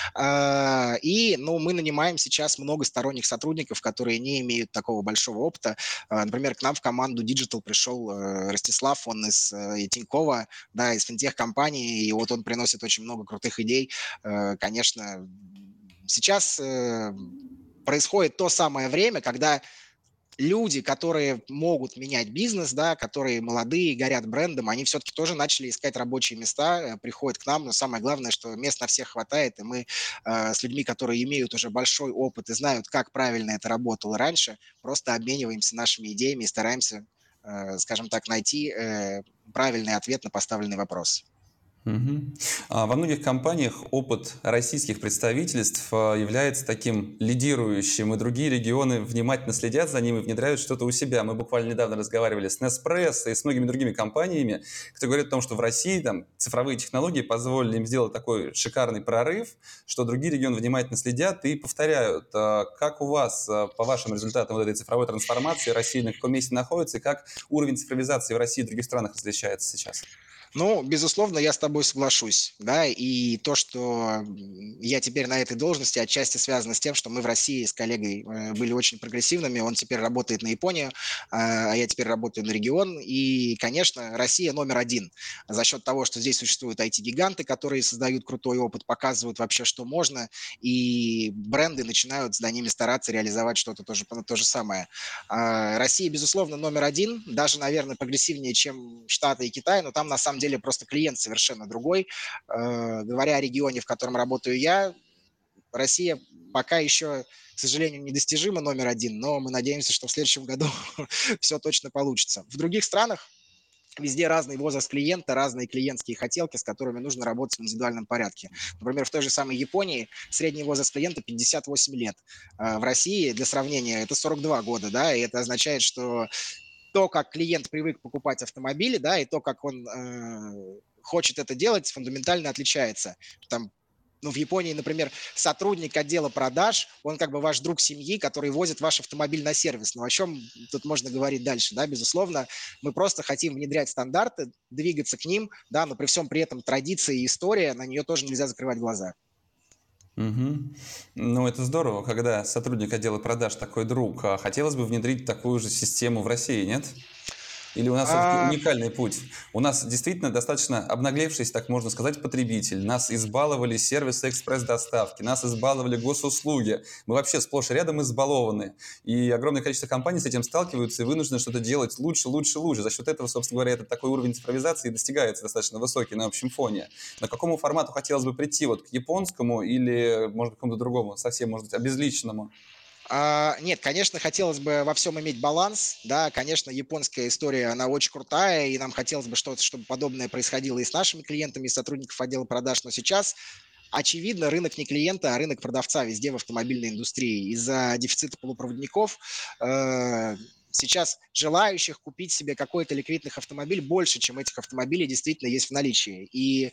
Speaker 3: И, ну, мы нанимаем сейчас много сторонних сотрудников, которые не имеют такого большого опыта. Например, к нам в команду Digital пришел Ростислав, он из Тинькова, да, из финтех-компании, и вот он приносит очень много крутых идей. Конечно, сейчас происходит то самое время, когда люди, которые могут менять бизнес, да, которые молодые, горят брендом, они все-таки тоже начали искать рабочие места, приходят к нам, но самое главное, что мест на всех хватает, и мы с людьми, которые имеют уже большой опыт и знают, как правильно это работало раньше, просто обмениваемся нашими идеями и стараемся, скажем так, найти правильный ответ на поставленный вопрос.
Speaker 2: Мгм. Во многих компаниях опыт российских представительств является таким лидирующим, и другие регионы внимательно следят за ним и внедряют что-то у себя. Мы буквально недавно разговаривали с Nespresso и с многими другими компаниями, которые говорят о том, что в России там, цифровые технологии позволили им сделать такой шикарный прорыв, что другие регионы внимательно следят и повторяют. Как у вас, по вашим результатам вот этой цифровой трансформации, Россия на каком месте находится, и как уровень цифровизации в России и других странах различается сейчас?
Speaker 3: Ну, безусловно, я с тобой соглашусь, да, и то, что я теперь на этой должности, отчасти связано с тем, что мы в России с коллегой были очень прогрессивными, он теперь работает на Японию, а я теперь работаю на регион, и, конечно, Россия номер один за счет того, что здесь существуют IT-гиганты, которые создают крутой опыт, показывают вообще, что можно, и бренды начинают за ними стараться реализовать что-то то же самое. Россия, безусловно, номер один, даже, наверное, прогрессивнее, чем Штаты и Китай, но там на самом деле просто клиент совершенно другой. Говоря о регионе, в котором работаю я, Россия пока еще, к сожалению, недостижима номер один, но мы надеемся, что в следующем году все точно получится. В других странах Везде разный возраст клиента, разные клиентские хотелки, с которыми нужно работать в индивидуальном порядке. Например, в той же самой Японии средний возраст клиента 58 лет. В России, для сравнения, это 42 года, да, и это означает, что то, как клиент привык покупать автомобили, да, и то, как он хочет это делать, фундаментально отличается. Там, ну, в Японии, например, сотрудник отдела продаж, он как бы ваш друг семьи, который возит ваш автомобиль на сервис. Ну, о чем тут можно говорить дальше, да, безусловно, мы просто хотим внедрять стандарты, двигаться к ним, да, но при всем при этом традиция и история, на нее тоже нельзя закрывать глаза.
Speaker 2: Мгм. Ну, это здорово, когда сотрудник отдела продаж такой друг. А хотелось бы внедрить такую же систему в России, нет? Или у нас все-таки
Speaker 3: А,
Speaker 2: уникальный путь? У нас действительно достаточно обнаглевший, так можно сказать, потребитель. Нас избаловали сервисы экспресс-доставки, нас избаловали госуслуги. Мы вообще сплошь и рядом избалованы. И огромное количество компаний с этим сталкиваются и вынуждены что-то делать лучше, лучше, лучше. За счет этого, собственно говоря, этот такой уровень цифровизации достигается достаточно высокий на общем фоне. На какому формату хотелось бы прийти? Вот к японскому или, может быть, к какому-то другому, совсем, может быть, обезличенному?
Speaker 3: Нет, конечно, хотелось бы во всем иметь баланс, да, конечно, японская история, она очень крутая, и нам хотелось бы что-то, чтобы подобное происходило и с нашими клиентами, и сотрудников отдела продаж, но сейчас очевидно, рынок не клиента, а рынок продавца везде в автомобильной индустрии. Из-за дефицита полупроводников сейчас желающих купить себе какой-то ликвидный автомобиль больше, чем этих автомобилей действительно есть в наличии. И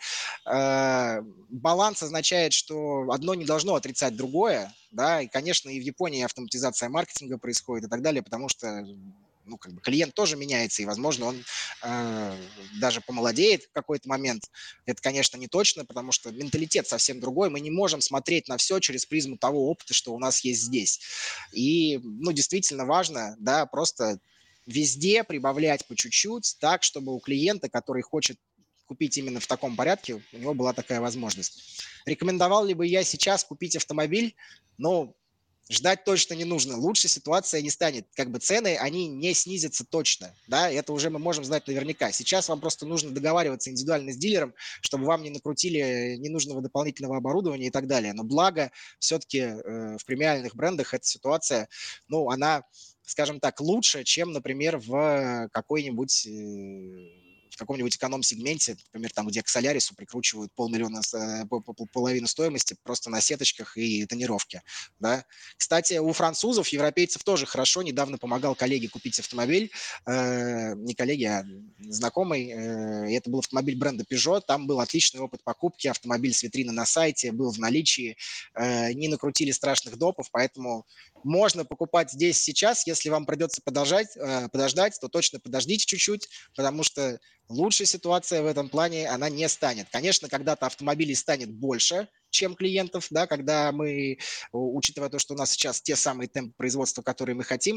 Speaker 3: баланс означает, что одно не должно отрицать другое, да, и, конечно, и в Японии автоматизация маркетинга происходит и так далее, потому что ну, как бы клиент тоже меняется, и, возможно, он даже помолодеет в какой-то момент. Это, конечно, не точно, потому что менталитет совсем другой. Мы не можем смотреть на все через призму того опыта, что у нас есть здесь. И, ну, действительно важно, да, просто везде прибавлять по чуть-чуть, так, чтобы у клиента, который хочет купить именно в таком порядке, у него была такая возможность. Рекомендовал ли бы я сейчас купить автомобиль? Ну, ждать точно не нужно. Лучше ситуация не станет. Как бы цены, они не снизятся точно. Да, это уже мы можем знать наверняка. Сейчас вам просто нужно договариваться индивидуально с дилером, чтобы вам не накрутили ненужного дополнительного оборудования и так далее. Но благо, все-таки в премиальных брендах эта ситуация, ну, она, скажем так, лучше, чем, например, в какой-нибудь в каком-нибудь эконом-сегменте, например, там, где к Солярису прикручивают половину стоимости просто на сеточках и тонировке, да. Кстати, у французов, европейцев тоже хорошо. Недавно помогал коллеге купить автомобиль, не коллеге, а знакомый. Это был автомобиль бренда Peugeot. Там был отличный опыт покупки. Автомобиль с витрины на сайте был в наличии. Не накрутили страшных допов, поэтому можно покупать здесь сейчас. Если вам придется подождать, то точно подождите чуть-чуть, потому что лучшая ситуация в этом плане, она не станет. Конечно, когда-то автомобилей станет больше, чем клиентов, да, когда мы, учитывая то, что у нас сейчас те самые темпы производства, которые мы хотим,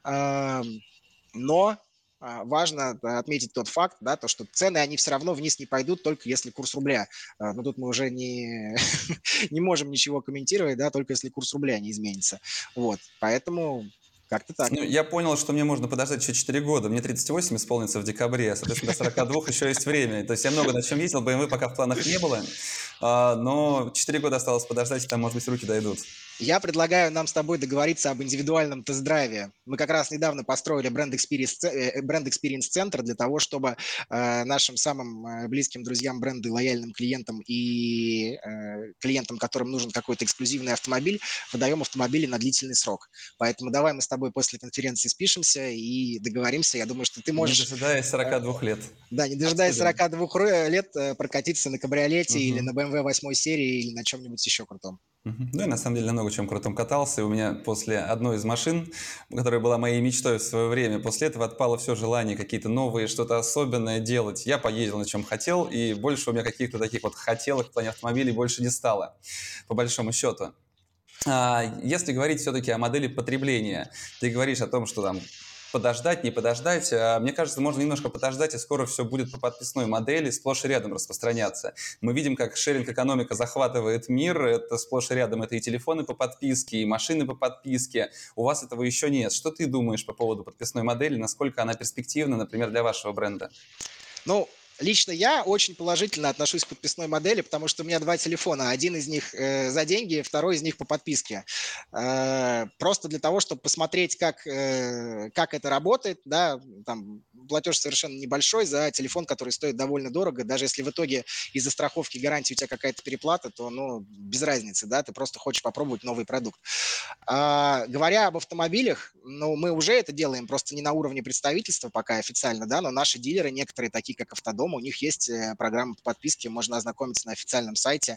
Speaker 3: но важно отметить тот факт, да, то, что цены, они все равно вниз не пойдут, только если курс рубля. Но тут мы уже не, не можем ничего комментировать, да, только если курс рубля не изменится. Вот, поэтому как-то так.
Speaker 2: Ну, я понял, что мне можно подождать еще 4 года. Мне 38 исполнится в декабре, соответственно, до 42 еще есть время. То есть я много на чем ездил, BMW пока в планах не было, но 4 года осталось подождать, и там, может быть, руки дойдут.
Speaker 3: Я предлагаю нам с тобой договориться об индивидуальном тест-драйве. Мы как раз недавно построили бренд-экспириенс-центр для того, чтобы нашим самым близким друзьям бренда, лояльным клиентам и клиентам, которым нужен какой-то эксклюзивный автомобиль, выдаем автомобили на длительный срок. Поэтому давай мы с тобой после конференции спишемся и договоримся. Я думаю, что ты
Speaker 2: Не
Speaker 3: можешь,
Speaker 2: дожидаясь 42 лет.
Speaker 3: да, не дожидаясь
Speaker 2: Обсудим.
Speaker 3: 42 лет, прокатиться на кабриолете или на
Speaker 2: Мгм.
Speaker 3: BMW 8 серии или на чем-нибудь еще крутом.
Speaker 2: Мгм. Ну, я на самом деле на много чем крутом катался. И у меня после одной из машин, которая была моей мечтой в свое время, после этого отпало все желание какие-то новые, что-то особенное делать. Я поездил на чем хотел, и больше у меня каких-то таких вот хотелок в плане автомобилей больше не стало, по большому счету. Если говорить все-таки о модели потребления, ты говоришь о том, что там подождать, не подождать. Мне кажется, можно немножко подождать, и скоро все будет по подписной модели сплошь и рядом распространяться. Мы видим, как шеринг-экономика захватывает мир. Это сплошь и рядом. Это и телефоны по подписке, и машины по подписке. У вас этого еще нет. Что ты думаешь по поводу подписной модели? Насколько она перспективна, например, для вашего бренда?
Speaker 3: Ну, Лично я очень положительно отношусь к подписной модели, потому что у меня два телефона. Один из них за деньги, второй из них по подписке. Просто для того, чтобы посмотреть, как это работает. Да, там платеж совершенно небольшой за телефон, который стоит довольно дорого. Даже если в итоге из-за страховки гарантии у тебя какая-то переплата, то ну, без разницы, да, ты просто хочешь попробовать новый продукт. Говоря об автомобилях, ну, мы уже это делаем, просто не на уровне представительства пока официально, да, но наши дилеры, некоторые, такие как Автодом, у них есть программа по подписке, можно ознакомиться на официальном сайте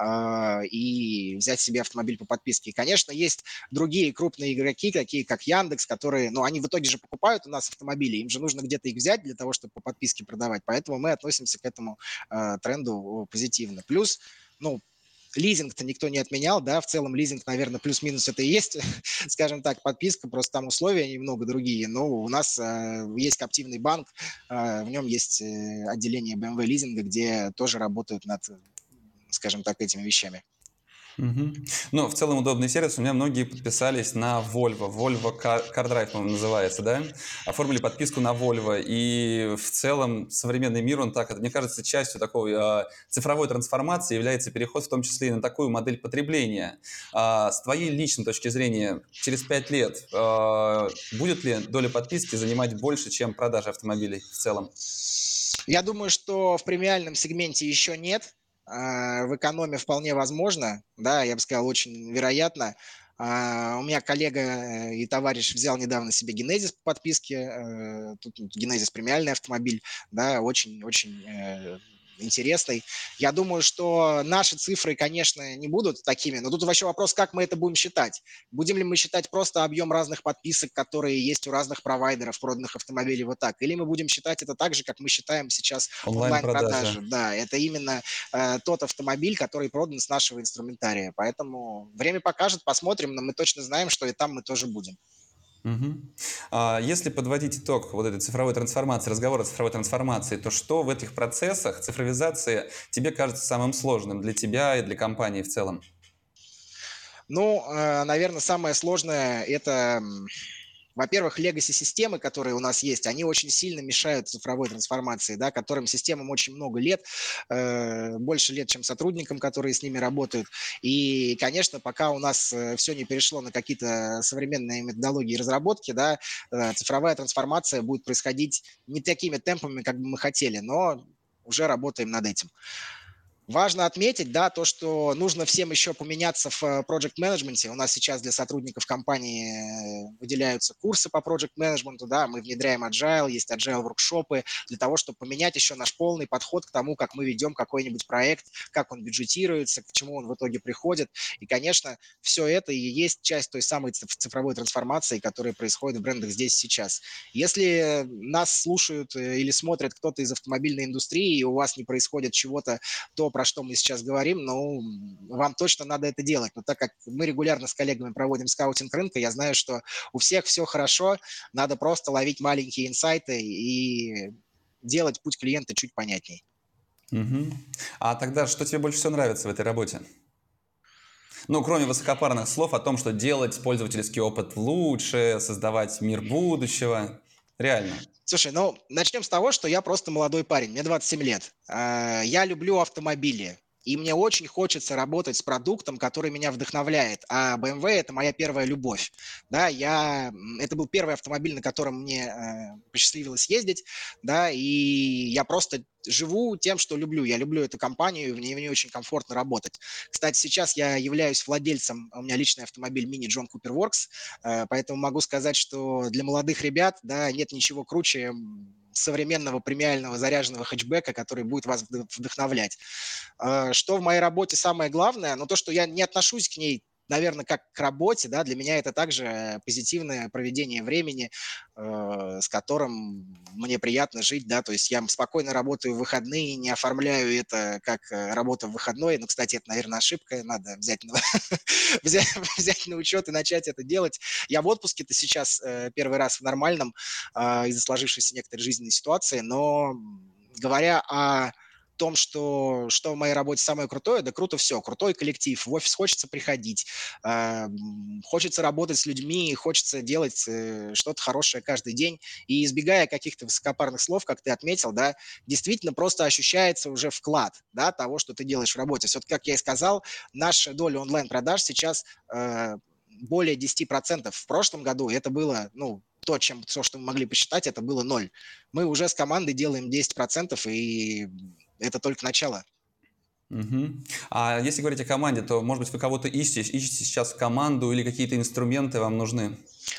Speaker 3: и взять себе автомобиль по подписке. И, конечно, есть другие крупные игроки, такие как Яндекс, которые, ну, они в итоге же покупают у нас автомобили, им же нужно где-то их взять для того, чтобы по подписке продавать, поэтому мы относимся к этому тренду позитивно. Плюс, ну, лизинг-то никто не отменял, да, в целом лизинг, наверное, плюс-минус это и есть, скажем так, подписка, просто там условия немного другие, но у нас есть Коптивный банк, в нем есть отделение BMW лизинга, где тоже работают над, скажем так, этими вещами.
Speaker 2: Мгм. Ну, в целом удобный сервис. У меня многие подписались на Volvo. Volvo CarDrive, по-моему, называется, да? Оформили подписку на Volvo. И в целом современный мир, он так, это, мне кажется, частью такой цифровой трансформации является переход в том числе и на такую модель потребления. С твоей личной точки зрения, через 5 лет будет ли доля подписки занимать больше, чем продажи автомобилей в целом?
Speaker 3: Я думаю, что в премиальном сегменте еще нет. В экономе вполне возможно, да, я бы сказал, очень вероятно. У меня коллега и товарищ взял недавно себе Генезис по подписке. Тут Генезис премиальный автомобиль, да, очень-очень интересный. Я думаю, что наши цифры, конечно, не будут такими, но тут вообще вопрос, как мы это будем считать. Будем ли мы считать просто объем разных подписок, которые есть у разных провайдеров проданных автомобилей вот так? Или мы будем считать это так же, как мы считаем сейчас
Speaker 2: Онлайн-продажи.
Speaker 3: онлайн-продажи? Да, это именно тот автомобиль, который продан с нашего инструментария. Поэтому время покажет, посмотрим, но мы точно знаем, что и там мы тоже будем.
Speaker 2: Мгм. Если подводить итог вот этой цифровой трансформации, разговора о цифровой трансформации, то что в этих процессах цифровизации тебе кажется самым сложным для тебя и для компании в целом?
Speaker 3: Ну, наверное, самое сложное – это, во-первых, легаси-системы, которые у нас есть, они очень сильно мешают цифровой трансформации, да, которым системам очень много лет, больше лет, чем сотрудникам, которые с ними работают. И, конечно, пока у нас все не перешло на какие-то современные методологии разработки, да, цифровая трансформация будет происходить не такими темпами, как бы мы хотели, но уже работаем над этим. Важно отметить, да, то, что нужно всем еще поменяться в project менеджменте. У нас сейчас для сотрудников компании выделяются курсы по project менеджменту, да, мы внедряем agile, есть agile воркшопы для того, чтобы поменять еще наш полный подход к тому, как мы ведем какой-нибудь проект, как он бюджетируется, к чему он в итоге приходит. И, конечно, все это и есть часть той самой цифровой трансформации, которая происходит в брендах здесь сейчас. Если нас слушают или смотрят кто-то из автомобильной индустрии, и у вас не происходит чего-то, то, про что мы сейчас говорим, ну, вам точно надо это делать. Но так как мы регулярно с коллегами проводим скаутинг рынка, я знаю, что у всех все хорошо, надо просто ловить маленькие инсайты и делать путь клиента чуть понятней.
Speaker 2: Мгм. А тогда что тебе больше всего нравится в этой работе? Ну, кроме высокопарных слов о том, что делать пользовательский опыт лучше, создавать мир будущего. Реально.
Speaker 3: Слушай, ну, начнем с того, что я просто молодой парень, мне 27 лет. Я люблю автомобили, и мне очень хочется работать с продуктом, который меня вдохновляет. А BMW – это моя первая любовь. Да, это был первый автомобиль, на котором мне посчастливилось ездить, да, и я просто живу тем, что люблю. Я люблю эту компанию, в ней очень комфортно работать. Кстати, сейчас я являюсь владельцем, у меня личный автомобиль мини John Cooper Works, поэтому могу сказать, что для молодых ребят, да, нет ничего круче современного премиального заряженного хэтчбека, который будет вас вдохновлять. Что в моей работе самое главное? Ну, то, что я не отношусь к ней, наверное, как к работе, да, для меня это также позитивное проведение времени, с которым мне приятно жить, да, то есть я спокойно работаю в выходные, не оформляю это как работа в выходной, ну, кстати, это, наверное, ошибка, надо взять взять, взять на учет и начать это делать. Я в отпуске-то сейчас первый раз в нормальном из-за сложившейся некоторой жизненной ситуации, но говоря о том, что в моей работе самое крутое, да круто все, крутой коллектив, в офис хочется приходить, хочется работать с людьми, хочется делать что-то хорошее каждый день, и избегая каких-то высокопарных слов, как ты отметил, да, действительно просто ощущается уже вклад, да, того, что ты делаешь в работе. Все-таки, как я и сказал, наша доля онлайн-продаж сейчас более 10%. В прошлом году это было, ну, то, что мы могли посчитать, это было ноль. Мы уже с командой делаем 10%, и это только начало.
Speaker 2: Мгм. А если говорить о команде, то, может быть, вы кого-то ищете сейчас в команду или какие-то инструменты вам нужны?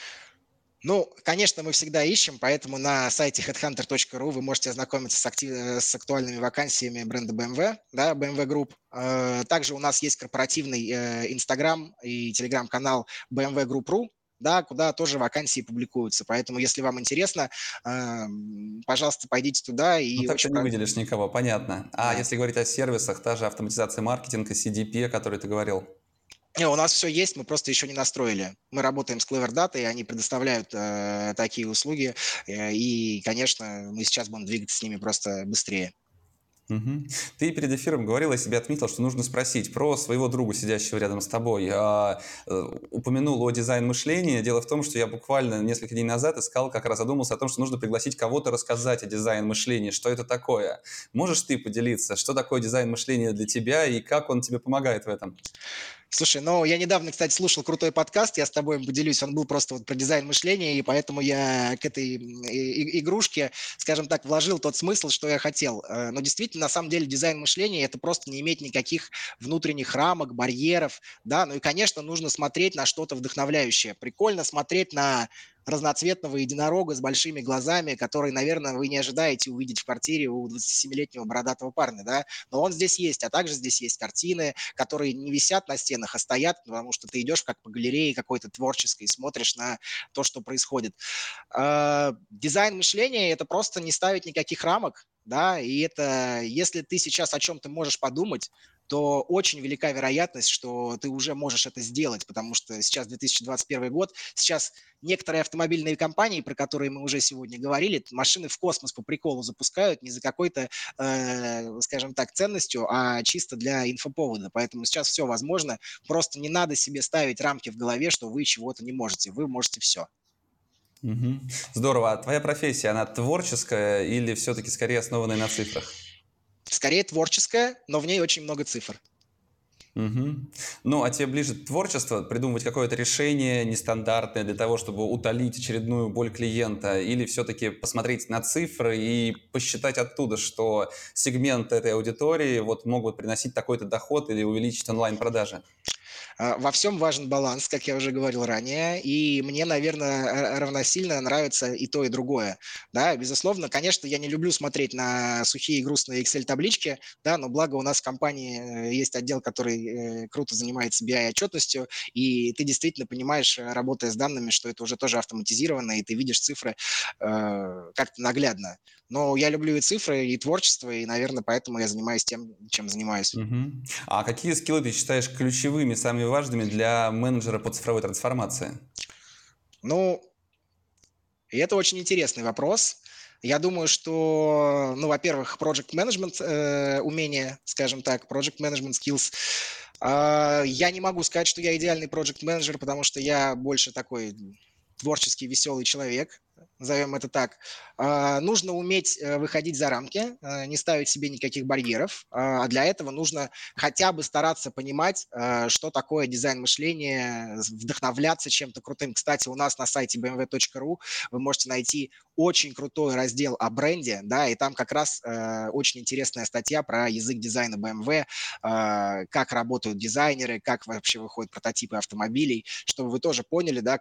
Speaker 3: Ну, конечно, мы всегда ищем, поэтому на сайте headhunter.ru вы можете ознакомиться с актуальными вакансиями бренда BMW, да, BMW Group. Также у нас есть корпоративный Instagram и Telegram-канал BMW Group.ru, да, куда тоже вакансии публикуются. Поэтому, если вам интересно, пожалуйста, пойдите туда
Speaker 2: Ну,
Speaker 3: и
Speaker 2: так ты
Speaker 3: очень
Speaker 2: не выделишь никого, понятно. А
Speaker 3: да.
Speaker 2: если говорить о сервисах, та же автоматизация маркетинга, CDP, о которой ты говорил?
Speaker 3: У нас все есть, мы просто еще не настроили. Мы работаем с Clever Data, и они предоставляют такие услуги. И, конечно, мы сейчас будем двигаться с ними просто быстрее.
Speaker 2: Мгм. Ты перед эфиром говорил, я себе отметил, что нужно спросить про своего друга, сидящего рядом с тобой. Упомянул о дизайн-мышлении. Дело в том, что я буквально несколько дней назад искал, как раз задумался о том, что нужно пригласить кого-то рассказать о дизайн-мышлении, что это такое. Можешь ты поделиться, что такое дизайн-мышление для тебя и как он тебе помогает в этом?
Speaker 3: Слушай, ну, я недавно, кстати, слушал крутой подкаст, я с тобой им поделюсь, он был просто вот про дизайн мышления, и поэтому я к этой игрушке, скажем так, вложил тот смысл, что я хотел. Но действительно, на самом деле, дизайн мышления – это просто не иметь никаких внутренних рамок, барьеров, да, ну и, конечно, нужно смотреть на что-то вдохновляющее. Прикольно смотреть на разноцветного единорога с большими глазами, который, наверное, вы не ожидаете увидеть в квартире у 27-летнего бородатого парня, да, но он здесь есть, а также здесь есть картины, которые не висят на стенах, а стоят, потому что ты идешь как по галерее какой-то творческой, смотришь на то, что происходит. Дизайн мышления – это просто не ставить никаких рамок, да, и это, если ты сейчас о чем-то можешь подумать, то очень велика вероятность, что ты уже можешь это сделать, потому что сейчас 2021 год, сейчас некоторые автомобильные компании, про которые мы уже сегодня говорили, машины в космос по приколу запускают не за какой-то, скажем так, ценностью, а чисто для инфоповода. Поэтому сейчас все возможно. Просто не надо себе ставить рамки в голове, что вы чего-то не можете. Вы можете все.
Speaker 2: Мгм. Здорово. А твоя профессия, она творческая или все-таки скорее основанная на цифрах?
Speaker 3: Скорее творческая, но в ней очень много цифр.
Speaker 2: Мгм. Ну, а тебе ближе творчество, придумывать какое-то решение нестандартное для того, чтобы утолить очередную боль клиента, или все-таки посмотреть на цифры и посчитать оттуда, что сегмент этой аудитории вот могут приносить такой-то доход или увеличить онлайн-продажи?
Speaker 3: Во всем важен баланс, как я уже говорил ранее, и мне, наверное, равносильно нравится и то, и другое. Да, безусловно, конечно, я не люблю смотреть на сухие и грустные Excel-таблички, да, но благо у нас в компании есть отдел, который круто занимается BI-отчетностью, и ты действительно понимаешь, работая с данными, что это уже тоже автоматизировано, и ты видишь цифры как-то наглядно. Но я люблю и цифры, и творчество, и, наверное, поэтому я занимаюсь тем, чем занимаюсь.
Speaker 2: Мгм. А какие скиллы ты считаешь ключевыми, самыми важными для менеджера по цифровой трансформации?
Speaker 3: Ну, и это очень интересный вопрос. Я думаю, что, ну, во-первых, project management умение, скажем так, project management skills. Я не могу сказать, что я идеальный project менеджер, потому что я больше такой творческий, веселый человек, назовем это так. Нужно уметь выходить за рамки, не ставить себе никаких барьеров, а для этого нужно хотя бы стараться понимать, что такое дизайн мышления, вдохновляться чем-то крутым. Кстати, у нас на сайте bmw.ru вы можете найти очень крутой раздел о бренде, да, и там как раз очень интересная статья про язык дизайна BMW, как работают дизайнеры, как вообще выходят прототипы автомобилей, чтобы вы тоже поняли, да,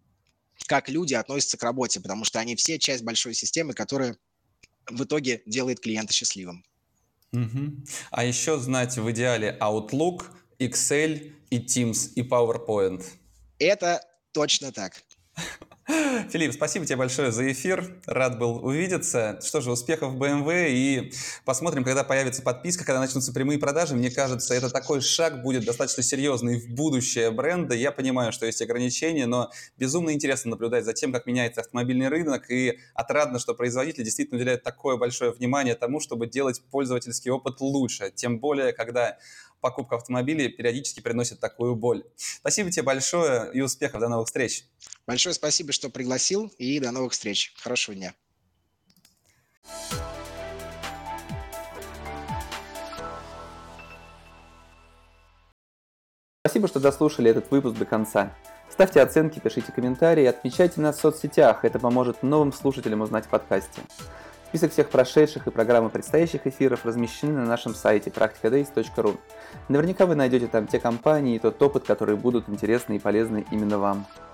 Speaker 3: как люди относятся к работе, потому что они все часть большой системы, которая в итоге делает клиента счастливым.
Speaker 2: Мгм. А еще знать в идеале Outlook, Excel и Teams и PowerPoint.
Speaker 3: Это точно так.
Speaker 2: Филипп, спасибо тебе большое за эфир. Рад был увидеться. Что же, успехов в BMW. И посмотрим, когда появится подписка, когда начнутся прямые продажи. Мне кажется, это такой шаг будет достаточно серьезный в будущее бренда. Я понимаю, что есть ограничения, но безумно интересно наблюдать за тем, как меняется автомобильный рынок. И отрадно, что производители действительно уделяют такое большое внимание тому, чтобы делать пользовательский опыт лучше. Тем более, когда покупка автомобиля периодически приносит такую боль. Спасибо тебе большое и успехов. До новых встреч.
Speaker 3: Большое спасибо, что пригласил, и до новых встреч. Хорошего дня.
Speaker 4: Спасибо, что дослушали этот выпуск до конца. Ставьте оценки, пишите комментарии, отмечайте нас в соцсетях. Это поможет новым слушателям узнать о подкасте. Список всех прошедших и программы предстоящих эфиров размещены на нашем сайте practicadays.ru. Наверняка вы найдете там те компании и тот опыт, которые будут интересны и полезны именно вам.